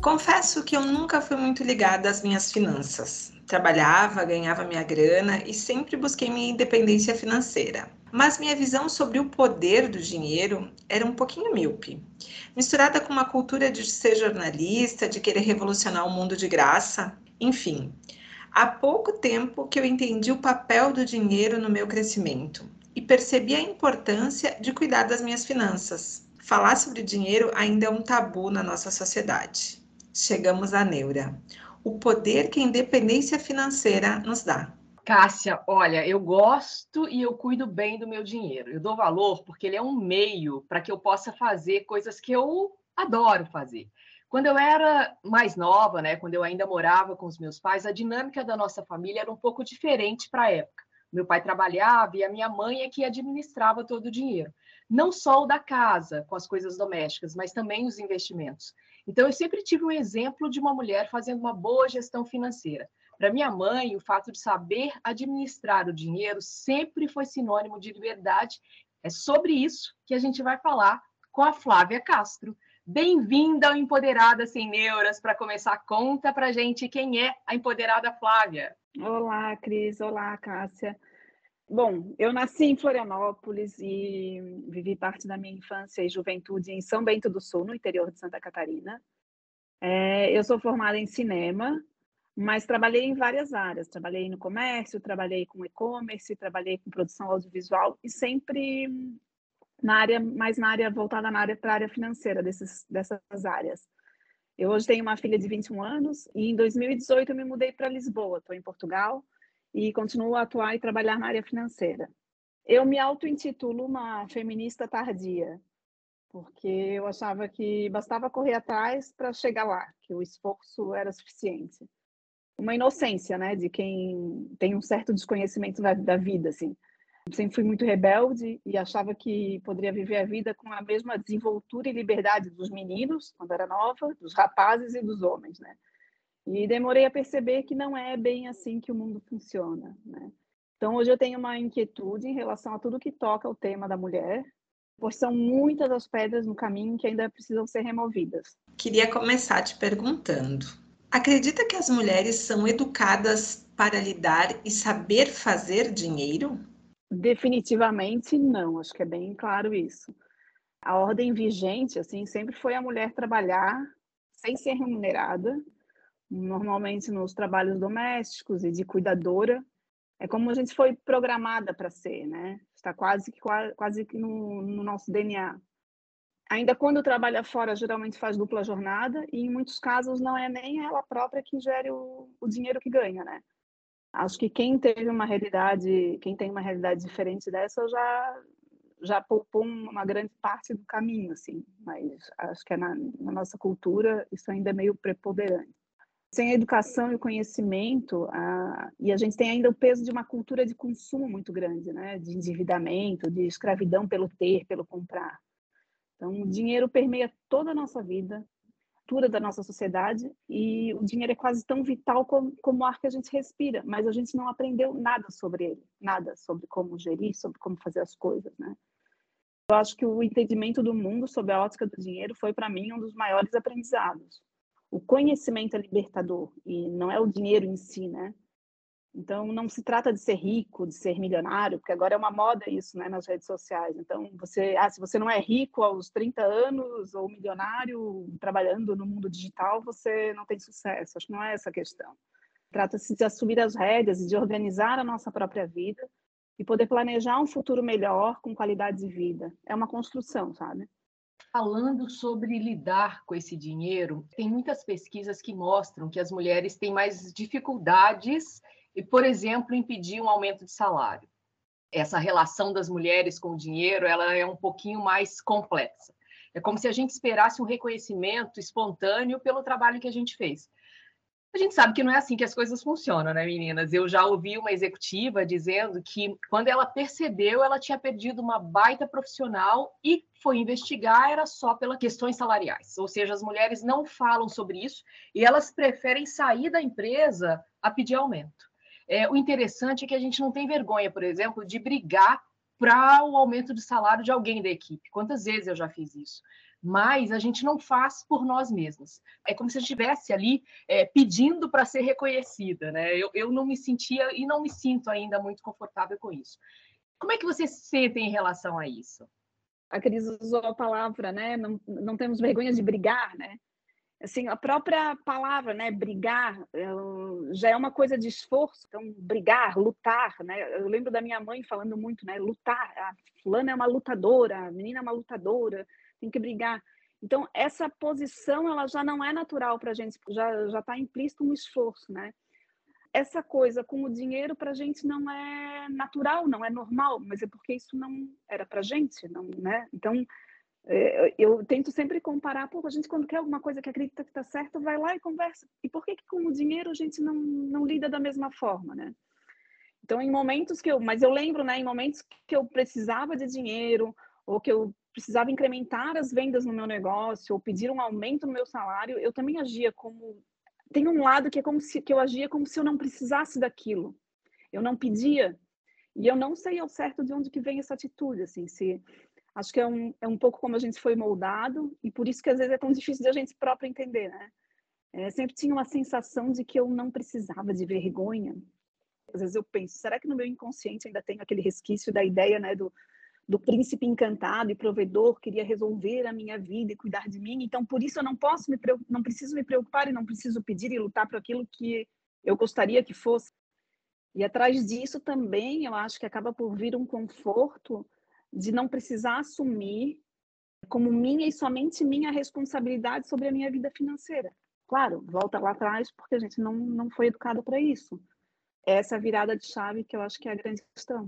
Confesso que eu nunca fui muito ligada às minhas finanças. Trabalhava, ganhava minha grana e sempre busquei minha independência financeira. Mas minha visão sobre o poder do dinheiro era um pouquinho míope, misturada com uma cultura de ser jornalista, de querer revolucionar o mundo de graça. Enfim, há pouco tempo que eu entendi o papel do dinheiro no meu crescimento e percebi a importância de cuidar das minhas finanças. Falar sobre dinheiro ainda é um tabu na nossa sociedade. Chegamos à neura. O poder que a independência financeira nos dá. Cássia, olha, eu gosto e eu cuido bem do meu dinheiro. Eu dou valor porque ele é um meio para que eu possa fazer coisas que eu adoro fazer. Quando eu era mais nova, né, quando eu ainda morava com os meus pais, a dinâmica da nossa família era um pouco diferente para a época. Meu pai trabalhava e a minha mãe é que administrava todo o dinheiro. Não só o da casa, com as coisas domésticas, mas também os investimentos. Então, eu sempre tive um exemplo de uma mulher fazendo uma boa gestão financeira. Para minha mãe, o fato de saber administrar o dinheiro sempre foi sinônimo de liberdade. É sobre isso que a gente vai falar com a Flávia Castro. Bem-vinda ao Empoderada Sem Neuras. Para começar, conta para a gente quem é a Empoderada Flávia. Olá, Cris. Olá, Cássia. Bom, eu nasci em Florianópolis e vivi parte da minha infância e juventude em São Bento do Sul, no interior de Santa Catarina. Eu sou formada em cinema, mas trabalhei em várias áreas. Trabalhei no comércio, trabalhei com e-commerce, trabalhei com produção audiovisual e sempre na área voltada para a área financeira dessas áreas. Eu hoje tenho uma filha de 21 anos e em 2018 eu me mudei para Lisboa, estou em Portugal e continuo a atuar e trabalhar na área financeira. Eu me auto-intitulo uma feminista tardia, porque eu achava que bastava correr atrás para chegar lá, que o esforço era suficiente. Uma inocência, né, de quem tem um certo desconhecimento da vida, assim. Eu sempre fui muito rebelde e achava que poderia viver a vida com a mesma desenvoltura e liberdade dos meninos, quando era nova, dos rapazes e dos homens, né? E demorei a perceber que não é bem assim que o mundo funciona, né? Então, hoje eu tenho uma inquietude em relação a tudo que toca o tema da mulher, pois são muitas as pedras no caminho que ainda precisam ser removidas. Queria começar te perguntando: acredita que as mulheres são educadas para lidar e saber fazer dinheiro? Definitivamente não, acho que é bem claro isso. A ordem vigente, assim, sempre foi a mulher trabalhar sem ser remunerada, normalmente nos trabalhos domésticos e de cuidadora. É como a gente foi programada para ser, né? Está quase que no nosso DNA. Ainda quando trabalha fora, geralmente faz dupla jornada e em muitos casos não é nem ela própria que gere o dinheiro que ganha, né? Acho que quem tem uma realidade diferente dessa já poupou uma grande parte do caminho, assim, mas acho que na nossa cultura isso ainda é meio preponderante. Sem a educação e o conhecimento, e a gente tem ainda o peso de uma cultura de consumo muito grande, né? De endividamento, de escravidão pelo ter, pelo comprar. Então, o dinheiro permeia toda a nossa vida, cultura da nossa sociedade, e o dinheiro é quase tão vital como o ar que a gente respira, mas a gente não aprendeu nada sobre ele, nada sobre como gerir, sobre como fazer as coisas, né? Eu acho que o entendimento do mundo sob a ótica do dinheiro foi, para mim, um dos maiores aprendizados. O conhecimento é libertador, e não é o dinheiro em si, né? Então, não se trata de ser rico, de ser milionário, porque agora é uma moda isso, né, nas redes sociais. Então, se você não é rico aos 30 anos ou milionário trabalhando no mundo digital, você não tem sucesso. Acho que não é essa a questão. Trata-se de assumir as rédeas e de organizar a nossa própria vida e poder planejar um futuro melhor com qualidade de vida. É uma construção, sabe? Falando sobre lidar com esse dinheiro, tem muitas pesquisas que mostram que as mulheres têm mais dificuldades e, por exemplo, impedir um aumento de salário. Essa relação das mulheres com o dinheiro, ela é um pouquinho mais complexa. É como se a gente esperasse um reconhecimento espontâneo pelo trabalho que a gente fez. A gente sabe que não é assim que as coisas funcionam, né, meninas? Eu já ouvi uma executiva dizendo que, quando ela percebeu, ela tinha perdido uma baita profissional e foi investigar, era só pelas questões salariais. Ou seja, as mulheres não falam sobre isso e elas preferem sair da empresa a pedir aumento. O interessante é que a gente não tem vergonha, por exemplo, de brigar para o aumento de salário de alguém da equipe. Quantas vezes eu já fiz isso? Mas a gente não faz por nós mesmos. É como se a gente estivesse ali pedindo para ser reconhecida, né? Eu não me sentia e não me sinto ainda muito confortável com isso. Como é que você se sente em relação a isso? A Cris usou a palavra, né? Não temos vergonha de brigar, né? Assim, a própria palavra, né? Brigar, já é uma coisa de esforço. Então, brigar, lutar, né? Eu lembro da minha mãe falando muito, né? Lutar. A fulana é uma lutadora, a menina é uma lutadora, tem que brigar. Então, essa posição, ela já não é natural para a gente, já está implícito um esforço, né? Essa coisa com o dinheiro para a gente não é natural, não é normal, mas é porque isso não era para a gente, não, né? Então, eu tento sempre comparar, a gente quando quer alguma coisa que acredita que está certo, vai lá e conversa. E por que com o dinheiro a gente não lida da mesma forma, né? Então, em momentos mas eu lembro, né, em momentos que eu precisava de dinheiro, ou que eu precisava incrementar as vendas no meu negócio, ou pedir um aumento no meu salário, eu também agia como... Tem um lado que é que eu agia como se eu não precisasse daquilo. Eu não pedia. E eu não sei ao certo de onde que vem essa atitude, assim, acho que é um pouco como a gente foi moldado, e por isso que às vezes é tão difícil de a gente próprio entender, né? Sempre tinha uma sensação de que eu não precisava de vergonha. Às vezes eu penso, será que no meu inconsciente ainda tem aquele resquício da ideia, né, do príncipe encantado e provedor, queria resolver a minha vida e cuidar de mim, então por isso eu não preciso me preocupar e não preciso pedir e lutar por aquilo que eu gostaria que fosse. E atrás disso também, eu acho que acaba por vir um conforto de não precisar assumir como minha e somente minha responsabilidade sobre a minha vida financeira. Claro, volta lá atrás, porque a gente não foi educado para isso. Essa virada de chave que eu acho que é a grande questão.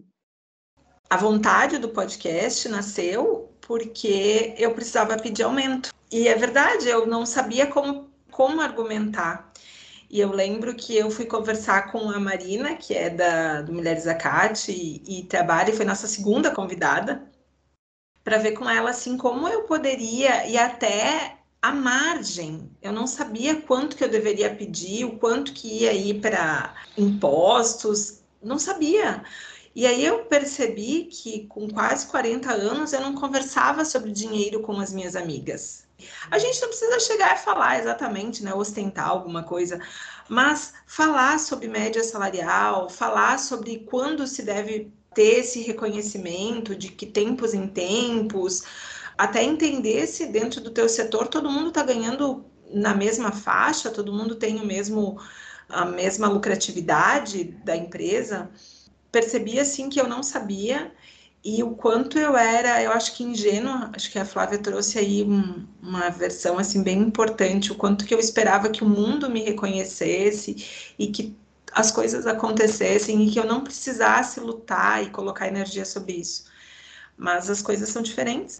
A vontade do podcast nasceu porque eu precisava pedir aumento. E é verdade, eu não sabia como argumentar. E eu lembro que eu fui conversar com a Marina, que é do Mulheres Acate e trabalha, e foi nossa segunda convidada, para ver com ela assim como eu poderia, e até a margem. Eu não sabia quanto que eu deveria pedir, o quanto que ia ir para impostos, não sabia. E aí eu percebi que com quase 40 anos eu não conversava sobre dinheiro com as minhas amigas. A gente não precisa chegar a falar exatamente, né, ostentar alguma coisa, mas falar sobre média salarial, falar sobre quando se deve ter esse reconhecimento de que tempos em tempos, até entender se dentro do teu setor todo mundo está ganhando na mesma faixa, todo mundo tem a mesma lucratividade da empresa. Percebi assim que eu não sabia e o quanto eu acho que ingênua. Acho que a Flávia trouxe aí uma versão assim bem importante, o quanto que eu esperava que o mundo me reconhecesse e que as coisas acontecessem e que eu não precisasse lutar e colocar energia sobre isso. Mas as coisas são diferentes.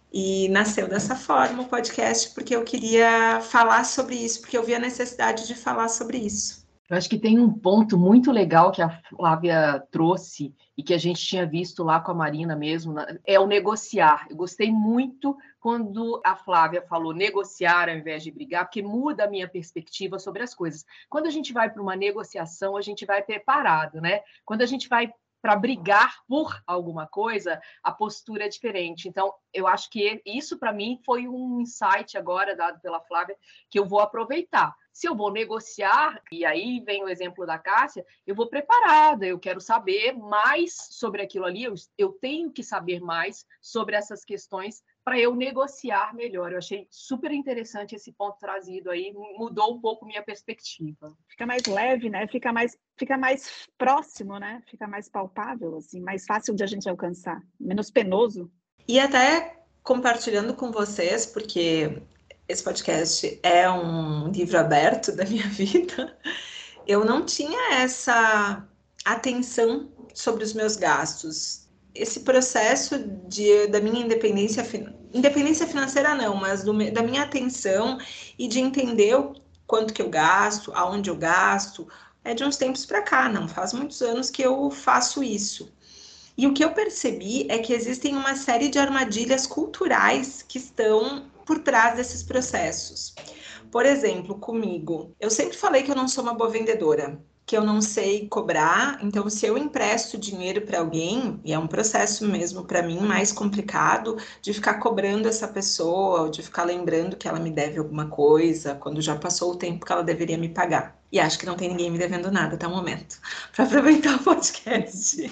E nasceu dessa forma o podcast, porque eu queria falar sobre isso, porque eu vi a necessidade de falar sobre isso. Eu acho que tem um ponto muito legal que a Flávia trouxe e que a gente tinha visto lá com a Marina mesmo, é o negociar. Eu gostei muito quando a Flávia falou negociar ao invés de brigar, porque muda a minha perspectiva sobre as coisas. Quando a gente vai para uma negociação, a gente vai preparado, né? Quando a gente vai para brigar por alguma coisa, a postura é diferente. Então, eu acho que isso, para mim, foi um insight agora dado pela Flávia, que eu vou aproveitar. Se eu vou negociar, e aí vem o exemplo da Cássia, eu vou preparada, eu quero saber mais sobre aquilo ali, eu tenho que saber mais sobre essas questões para eu negociar melhor. Eu achei super interessante esse ponto trazido aí, mudou um pouco minha perspectiva. Fica mais leve, né? Fica mais próximo, né? Fica mais palpável, assim, mais fácil de a gente alcançar, menos penoso. E até compartilhando com vocês, porque esse podcast é um livro aberto da minha vida, eu não tinha essa atenção sobre os meus gastos. Esse processo da minha independência financeira não, mas da minha atenção e de entender o quanto que eu gasto, aonde eu gasto, é de uns tempos para cá, não faz muitos anos que eu faço isso. E o que eu percebi é que existem uma série de armadilhas culturais que estão por trás desses processos. Por exemplo, comigo, eu sempre falei que eu não sou uma boa vendedora, que eu não sei cobrar. Então, se eu empresto dinheiro para alguém, e é um processo mesmo para mim mais complicado de ficar cobrando essa pessoa, ou de ficar lembrando que ela me deve alguma coisa, quando já passou o tempo que ela deveria me pagar. E acho que não tem ninguém me devendo nada até o momento, para aproveitar o podcast.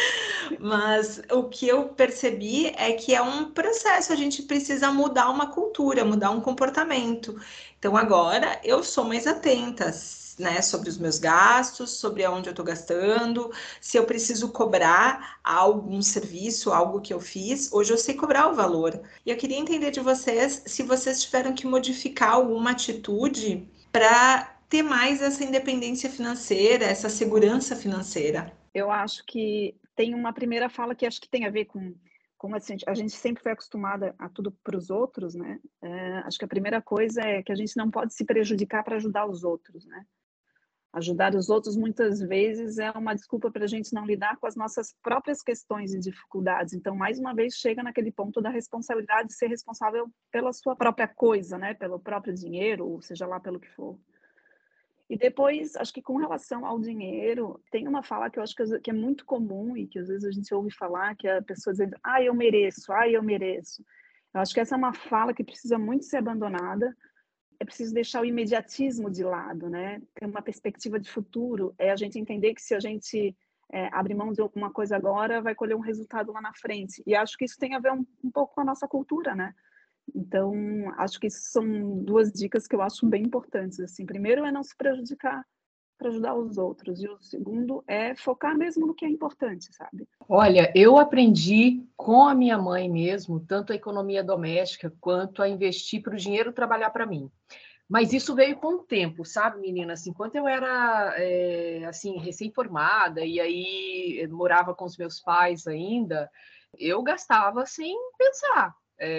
Mas o que eu percebi é que é um processo, a gente precisa mudar uma cultura, mudar um comportamento. Então agora eu sou mais atenta, né, sobre os meus gastos, sobre aonde eu estou gastando, se eu preciso cobrar algum serviço, algo que eu fiz, hoje eu sei cobrar o valor. E eu queria entender de vocês se vocês tiveram que modificar alguma atitude para ter mais essa independência financeira, essa segurança financeira. Eu acho que tem uma primeira fala que acho que tem a ver com como assim, a gente sempre foi acostumada a tudo para os outros, né? Acho que a primeira coisa é que a gente não pode se prejudicar para ajudar os outros, né? Ajudar os outros muitas vezes é uma desculpa para a gente não lidar com as nossas próprias questões e dificuldades. Então, mais uma vez, chega naquele ponto da responsabilidade de ser responsável pela sua própria coisa, né? Pelo próprio dinheiro, ou seja lá pelo que for. E depois, acho que com relação ao dinheiro, tem uma fala que eu acho que é muito comum e que às vezes a gente ouve falar, que é a pessoa dizendo, eu mereço, eu mereço. Eu acho que essa é uma fala que precisa muito ser abandonada. É preciso deixar o imediatismo de lado, né? Ter uma perspectiva de futuro, é a gente entender que se a gente abrir mão de alguma coisa agora, vai colher um resultado lá na frente. E acho que isso tem a ver um pouco com a nossa cultura, né? Então, acho que isso são duas dicas que eu acho bem importantes. Assim, primeiro é não se prejudicar para ajudar os outros, e o segundo é focar mesmo no que é importante, sabe? Olha, eu aprendi com a minha mãe mesmo, tanto a economia doméstica quanto a investir para o dinheiro trabalhar para mim. Mas isso veio com o tempo, sabe, menina? Assim, quando eu era assim recém-formada e aí morava com os meus pais ainda, eu gastava sem pensar.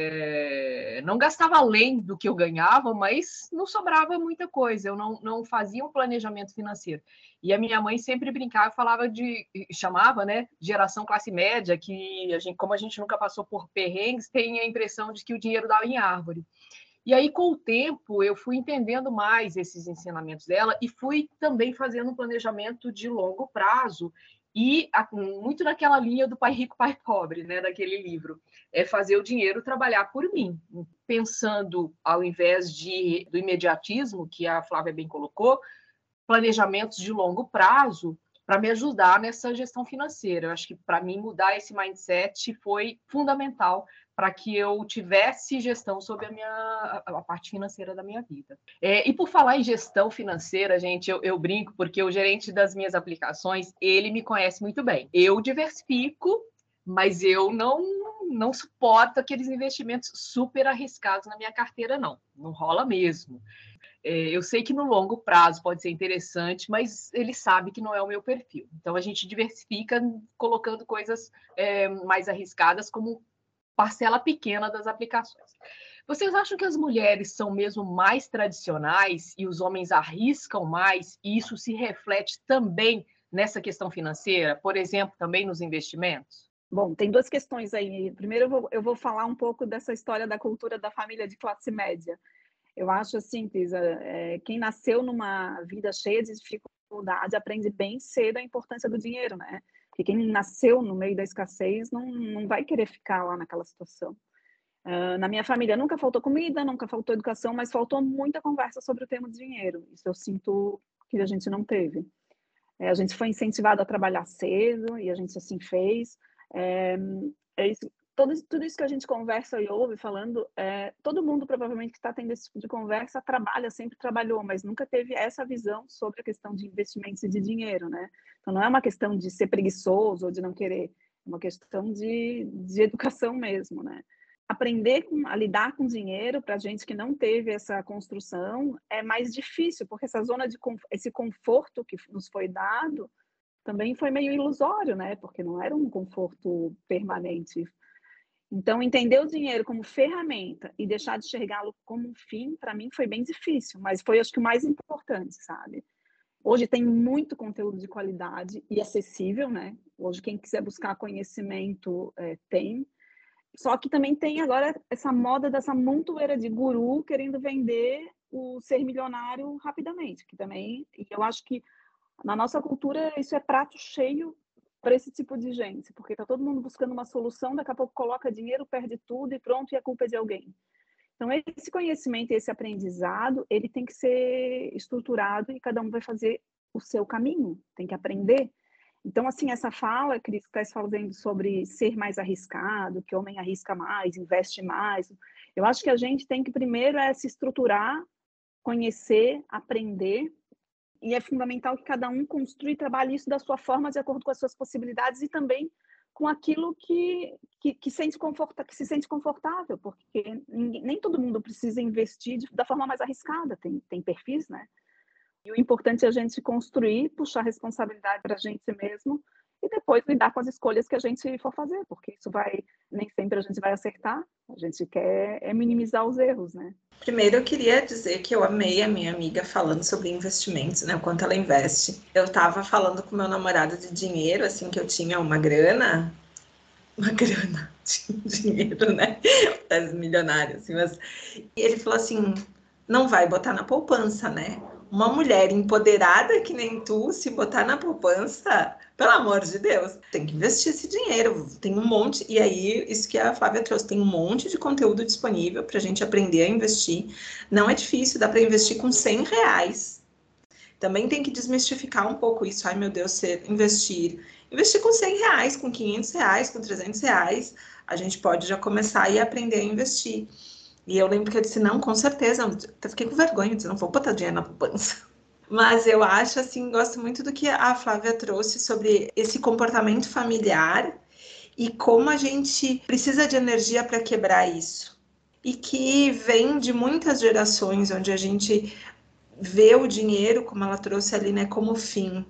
Não gastava além do que eu ganhava, mas não sobrava muita coisa. Eu não fazia um planejamento financeiro. E a minha mãe sempre brincava, chamava, né, geração classe média, que como a gente nunca passou por perrengues, tem a impressão de que o dinheiro dá em árvore. E aí, com o tempo, eu fui entendendo mais esses ensinamentos dela e fui também fazendo um planejamento de longo prazo e muito naquela linha do Pai Rico, Pai Pobre, né, daquele livro. É fazer o dinheiro trabalhar por mim, pensando, ao invés do imediatismo, que a Flávia bem colocou, planejamentos de longo prazo para me ajudar nessa gestão financeira. Eu acho que, para mim, mudar esse mindset foi fundamental para que eu tivesse gestão sobre a parte financeira da minha vida. E por falar em gestão financeira, gente, eu brinco porque o gerente das minhas aplicações, ele me conhece muito bem. Eu diversifico, mas eu não suporto aqueles investimentos super arriscados na minha carteira, não. Não rola mesmo. Eu sei que no longo prazo pode ser interessante, mas ele sabe que não é o meu perfil. Então, a gente diversifica colocando coisas mais arriscadas como parcela pequena das aplicações. Vocês acham que as mulheres são mesmo mais tradicionais e os homens arriscam mais e isso se reflete também nessa questão financeira, por exemplo, também nos investimentos? Bom, tem duas questões aí. Primeiro, eu vou falar um pouco dessa história da cultura da família de classe média. Eu acho assim, Pisa, quem nasceu numa vida cheia de dificuldade aprende bem cedo a importância do dinheiro, né? Porque quem nasceu no meio da escassez não vai querer ficar lá naquela situação. Na minha família nunca faltou comida, nunca faltou educação, mas faltou muita conversa sobre o tema dinheiro. Isso eu sinto que a gente não teve. A gente foi incentivado a trabalhar cedo e a gente assim fez. Isso, tudo isso que a gente conversa e ouve falando, todo mundo provavelmente que está tendo esse tipo de conversa sempre trabalhou, mas nunca teve essa visão sobre a questão de investimentos e de dinheiro, né? Então não é uma questão de ser preguiçoso ou de não querer, é uma questão de educação mesmo, né? Aprender a lidar com dinheiro para a gente que não teve essa construção é mais difícil, porque esse conforto que nos foi dado também foi meio ilusório, né? Porque não era um conforto permanente. Então, entender o dinheiro como ferramenta e deixar de enxergá-lo como um fim, para mim, foi bem difícil, mas foi, acho que, o mais importante, sabe? Hoje tem muito conteúdo de qualidade e acessível, né? Hoje, quem quiser buscar conhecimento, tem. Só que também tem agora essa moda dessa montoeira de guru querendo vender o ser milionário rapidamente, que também, eu acho que Na nossa cultura, isso é prato cheio para esse tipo de gente, porque está todo mundo buscando uma solução, daqui a pouco coloca dinheiro, perde tudo e pronto, e a culpa é de alguém. Então, esse conhecimento, esse aprendizado, ele tem que ser estruturado e cada um vai fazer o seu caminho, tem que aprender. Então, assim, essa fala, Cris, que está fazendo sobre ser mais arriscado, que o homem arrisca mais, investe mais, eu acho que a gente tem que primeiro se estruturar, conhecer, aprender, e é fundamental que cada um construa e trabalhe isso da sua forma, de acordo com as suas possibilidades e também com aquilo que se sente confortável, porque nem todo mundo precisa investir da forma mais arriscada, tem perfis, né? E o importante é a gente construir, puxar a responsabilidade para a gente mesmo e depois lidar com as escolhas que a gente for fazer, porque nem sempre a gente vai acertar, a gente quer minimizar os erros, né? Primeiro, eu queria dizer que eu amei a minha amiga falando sobre investimentos, né? O quanto ela investe. Eu estava falando com meu namorado de dinheiro, assim, que eu tinha uma grana, dinheiro, né? Das milionárias, assim, mas... E ele falou assim, não vai botar na poupança, né? Uma mulher empoderada que nem tu, se botar na poupança, pelo amor de Deus, tem que investir esse dinheiro. Tem um monte, e aí, isso que a Flávia trouxe, tem um monte de conteúdo disponível para a gente aprender a investir. Não é difícil, dá para investir com R$100. Também tem que desmistificar um pouco isso. Ai, meu Deus, investir com R$100, com R$500, com R$300, a gente pode já começar a aprender a investir. E eu lembro que eu disse, não, com certeza, eu fiquei com vergonha, eu disse, não vou botar dinheiro na poupança. Mas eu acho, assim, gosto muito do que a Flávia trouxe sobre esse comportamento familiar e como a gente precisa de energia para quebrar isso. E que vem de muitas gerações, onde a gente vê o dinheiro, como ela trouxe ali, né, como fim,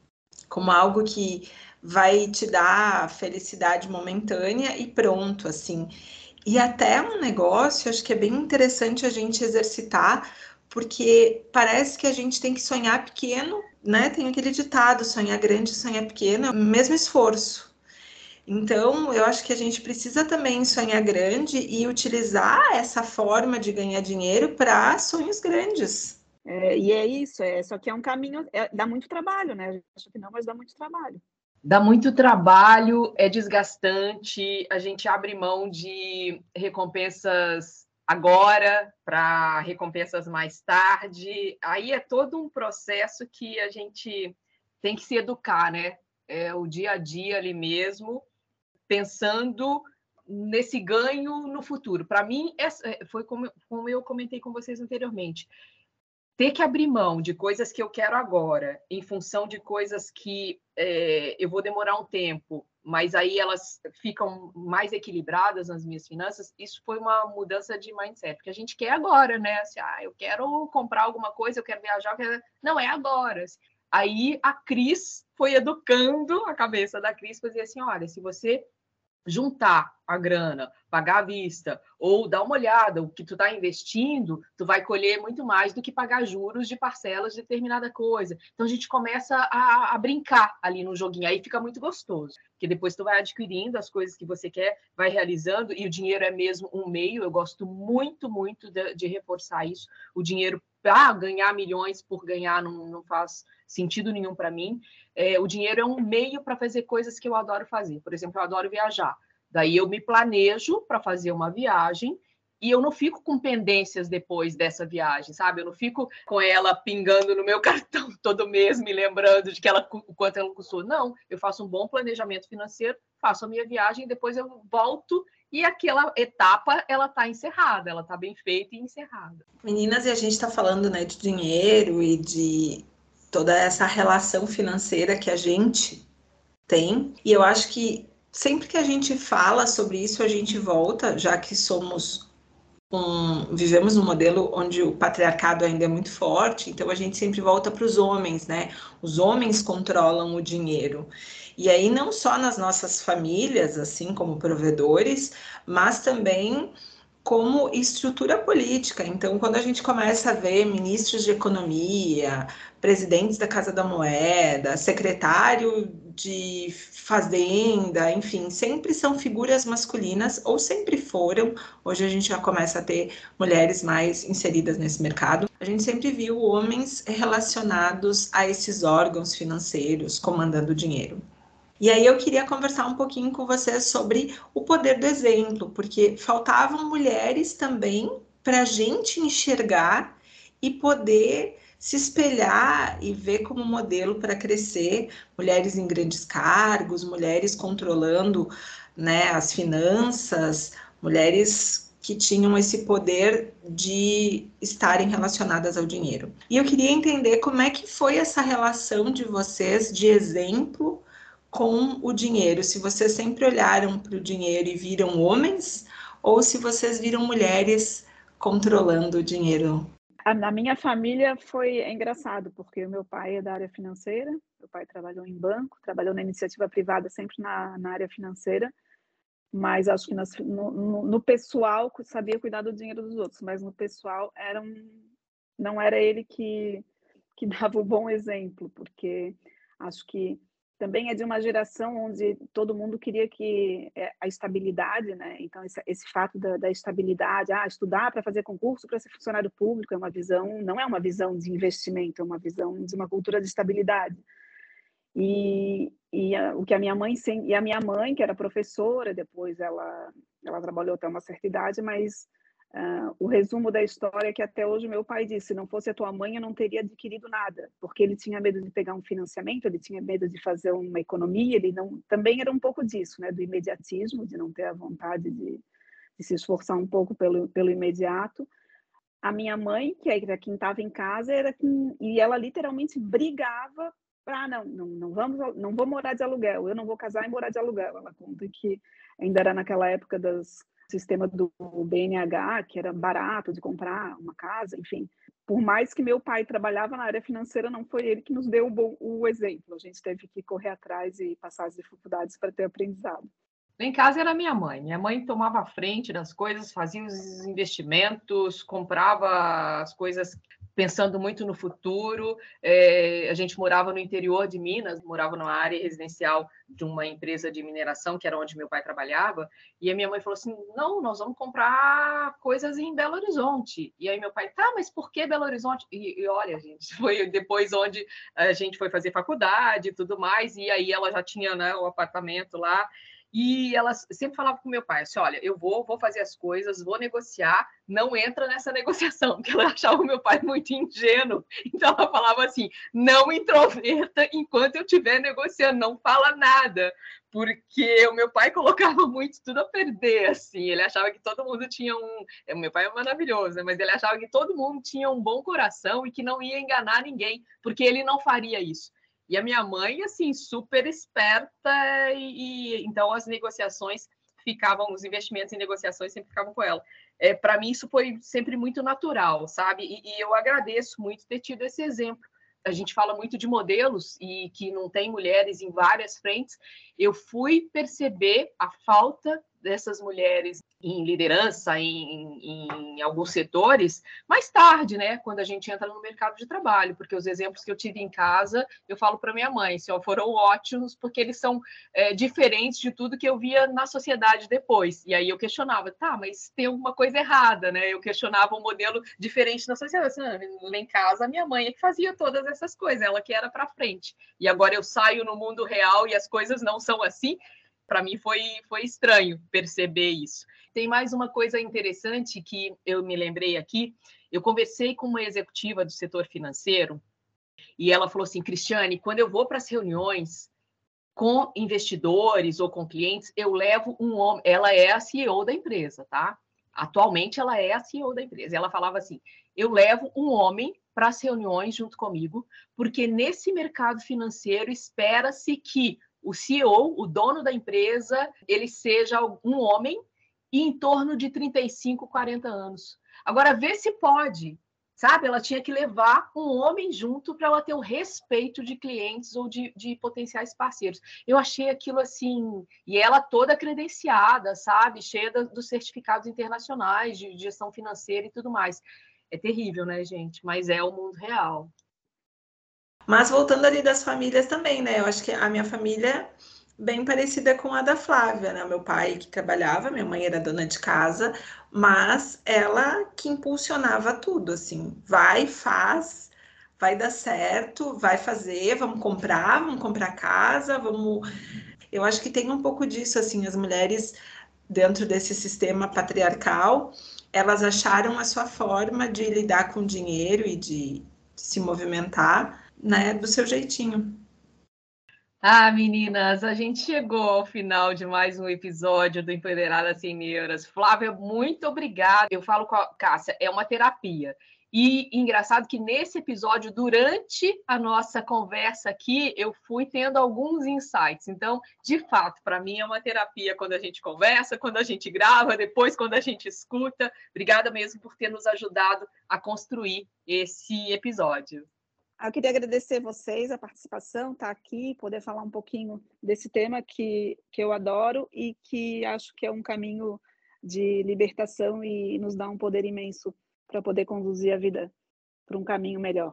como algo que vai te dar felicidade momentânea e pronto, assim. E até um negócio, acho que é bem interessante a gente exercitar, porque parece que a gente tem que sonhar pequeno, né? Tem aquele ditado, sonhar grande, sonhar pequeno, é o mesmo esforço. Então, eu acho que a gente precisa também sonhar grande e utilizar essa forma de ganhar dinheiro para sonhos grandes. E é isso, só que é um caminho, dá muito trabalho, né? Acho que não, mas dá muito trabalho. Dá muito trabalho, é desgastante, a gente abre mão de recompensas agora para recompensas mais tarde. Aí é todo um processo que a gente tem que se educar, né? É o dia a dia ali mesmo, pensando nesse ganho no futuro. Para mim, foi como eu comentei com vocês anteriormente. Ter que abrir mão de coisas que eu quero agora, em função de coisas que eu vou demorar um tempo, mas aí elas ficam mais equilibradas nas minhas finanças, isso foi uma mudança de mindset, porque a gente quer agora, né? Assim, eu quero comprar alguma coisa, eu quero viajar, não, é agora. Aí a Cris foi educando a cabeça da Cris, para dizer assim, olha, se você juntar a grana, pagar à vista, ou dar uma olhada, o que tu está investindo, tu vai colher muito mais do que pagar juros de parcelas de determinada coisa. Então, a gente começa a brincar ali no joguinho, aí fica muito gostoso, porque depois tu vai adquirindo as coisas que você quer, vai realizando, e o dinheiro é mesmo um meio, eu gosto muito, muito de reforçar isso, o dinheiro, ganhar milhões por ganhar não faz sentido nenhum para mim. O dinheiro é um meio para fazer coisas que eu adoro fazer. Por exemplo, eu adoro viajar. Daí eu me planejo para fazer uma viagem e eu não fico com pendências depois dessa viagem, sabe? Eu não fico com ela pingando no meu cartão todo mês, me lembrando de o quanto ela custou. Não, eu faço um bom planejamento financeiro, faço a minha viagem, depois eu volto e aquela etapa, ela está encerrada, ela está bem feita e encerrada. Meninas, e a gente está falando, né, de dinheiro e de toda essa relação financeira que a gente tem. E eu acho que sempre que a gente fala sobre isso, a gente volta, já que vivemos num modelo onde o patriarcado ainda é muito forte, então a gente sempre volta para os homens, né? Os homens controlam o dinheiro. E aí não só nas nossas famílias, assim como provedores, mas também como estrutura política. Então, quando a gente começa a ver ministros de economia, presidentes da Casa da Moeda, secretário de fazenda, enfim, sempre são figuras masculinas, ou sempre foram. Hoje a gente já começa a ter mulheres mais inseridas nesse mercado. A gente sempre viu homens relacionados a esses órgãos financeiros, comandando o dinheiro. E aí eu queria conversar um pouquinho com você sobre o poder do exemplo, porque faltavam mulheres também para a gente enxergar e poder se espelhar e ver como modelo para crescer, mulheres em grandes cargos, mulheres controlando, né, as finanças, mulheres que tinham esse poder de estarem relacionadas ao dinheiro. E eu queria entender como é que foi essa relação de vocês de exemplo com o dinheiro, se vocês sempre olharam para o dinheiro e viram homens, ou se vocês viram mulheres controlando o dinheiro. Na minha família é engraçado, porque o meu pai é da área financeira, meu pai trabalhou em banco, trabalhou na iniciativa privada, sempre na área financeira, mas acho que no pessoal sabia cuidar do dinheiro dos outros, mas no pessoal não era ele que dava o bom exemplo, porque acho que também é de uma geração onde todo mundo queria que a estabilidade, né? Então esse fato da estabilidade, estudar para fazer concurso para ser funcionário público não é uma visão de investimento, é uma visão de uma cultura de estabilidade. O que a minha mãe, que era professora, depois ela trabalhou até uma certa idade, mas o resumo da história é que até hoje meu pai disse: se não fosse a tua mãe, eu não teria adquirido nada, porque ele tinha medo de pegar um financiamento, ele tinha medo de fazer uma economia, também era um pouco disso, né, do imediatismo, de não ter a vontade de se esforçar um pouco pelo imediato. A minha mãe, que era quem estava em casa, e ela literalmente brigava para não vou morar de aluguel, eu não vou casar e morar de aluguel. Ela conta que ainda era naquela época sistema do BNH, que era barato de comprar uma casa, enfim. Por mais que meu pai trabalhava na área financeira, não foi ele que nos deu o exemplo. A gente teve que correr atrás e passar as dificuldades para ter aprendizado. Em casa era minha mãe. Minha mãe tomava a frente das coisas, fazia os investimentos, comprava as coisas pensando muito no futuro. A gente morava no interior de Minas, morava numa área residencial de uma empresa de mineração, que era onde meu pai trabalhava, e a minha mãe falou assim: não, nós vamos comprar coisas em Belo Horizonte. E aí meu pai: tá, mas por que Belo Horizonte? E olha, gente, foi depois onde a gente foi fazer faculdade e tudo mais, e aí ela já tinha, né, o apartamento lá. E ela sempre falava com meu pai assim: olha, eu vou fazer as coisas, vou negociar, não entra nessa negociação, porque ela achava o meu pai muito ingênuo. Então ela falava assim: não intrometa enquanto eu estiver negociando, não fala nada, porque o meu pai colocava muito tudo a perder, assim. Ele achava que todo mundo tinha o meu pai é maravilhoso, mas ele achava que todo mundo tinha um bom coração e que não ia enganar ninguém, porque ele não faria isso. E a minha mãe, assim, super esperta, então as negociações os investimentos em negociações sempre ficavam com ela. Para mim, isso foi sempre muito natural, sabe? E eu agradeço muito ter tido esse exemplo. A gente fala muito de modelos e que não tem mulheres em várias frentes. Eu fui perceber a falta dessas mulheres em liderança, em alguns setores, mais tarde, né, quando a gente entra no mercado de trabalho, porque os exemplos que eu tive em casa, eu falo para minha mãe, foram ótimos, porque eles são diferentes de tudo que eu via na sociedade depois. E aí eu questionava: tá, mas tem alguma coisa errada, né? Eu questionava um modelo diferente na sociedade. Lá em casa, a minha mãe é que fazia todas essas coisas, ela que era para frente. E agora eu saio no mundo real e as coisas não são assim. Para mim foi estranho perceber isso. Tem mais uma coisa interessante que eu me lembrei aqui. Eu conversei com uma executiva do setor financeiro e ela falou assim: Cristiane, quando eu vou para as reuniões com investidores ou com clientes, eu levo um homem. Ela é a CEO da empresa, tá? Atualmente ela é a CEO da empresa. E ela falava assim: eu levo um homem para as reuniões junto comigo, porque nesse mercado financeiro espera-se que o CEO, o dono da empresa, ele seja um homem e em torno de 35, 40 anos. Agora, vê se pode, sabe? Ela tinha que levar um homem junto para ela ter o respeito de clientes ou de potenciais parceiros. Eu achei aquilo assim, e ela toda credenciada, sabe? Cheia dos certificados internacionais de gestão financeira e tudo mais. É terrível, né, gente? Mas é o mundo real. Mas voltando ali das famílias também, né? Eu acho que a minha família bem parecida com a da Flávia, né? O meu pai que trabalhava, minha mãe era dona de casa, mas ela que impulsionava tudo, assim, vai, faz, vai dar certo, vai fazer, vamos comprar casa, vamos. Eu acho que tem um pouco disso, assim, as mulheres dentro desse sistema patriarcal, elas acharam a sua forma de lidar com o dinheiro e de se movimentar, né, do seu jeitinho. Ah, meninas, a gente chegou ao final de mais um episódio do Empoderada Sem Neuras. Flávia, muito obrigada. Eu falo com a Cássia, é uma terapia. E engraçado que nesse episódio, durante a nossa conversa aqui, eu fui tendo alguns insights. Então, de fato, para mim é uma terapia quando a gente conversa, quando a gente grava, depois quando a gente escuta. Obrigada mesmo por ter nos ajudado a construir esse episódio. Eu queria agradecer vocês a participação, estar aqui, poder falar um pouquinho desse tema que eu adoro e que acho que é um caminho de libertação e nos dá um poder imenso para poder conduzir a vida para um caminho melhor.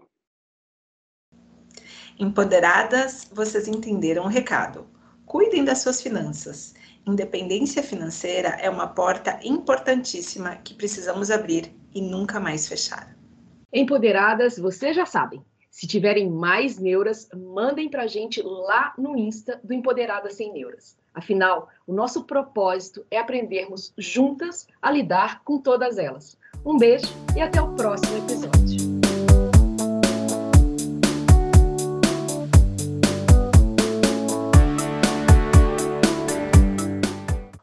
Empoderadas, vocês entenderam o recado. Cuidem das suas finanças. Independência financeira é uma porta importantíssima que precisamos abrir e nunca mais fechar. Empoderadas, vocês já sabem. Se tiverem mais neuras, mandem para a gente lá no Insta do Empoderada Sem Neuras. Afinal, o nosso propósito é aprendermos juntas a lidar com todas elas. Um beijo e até o próximo episódio.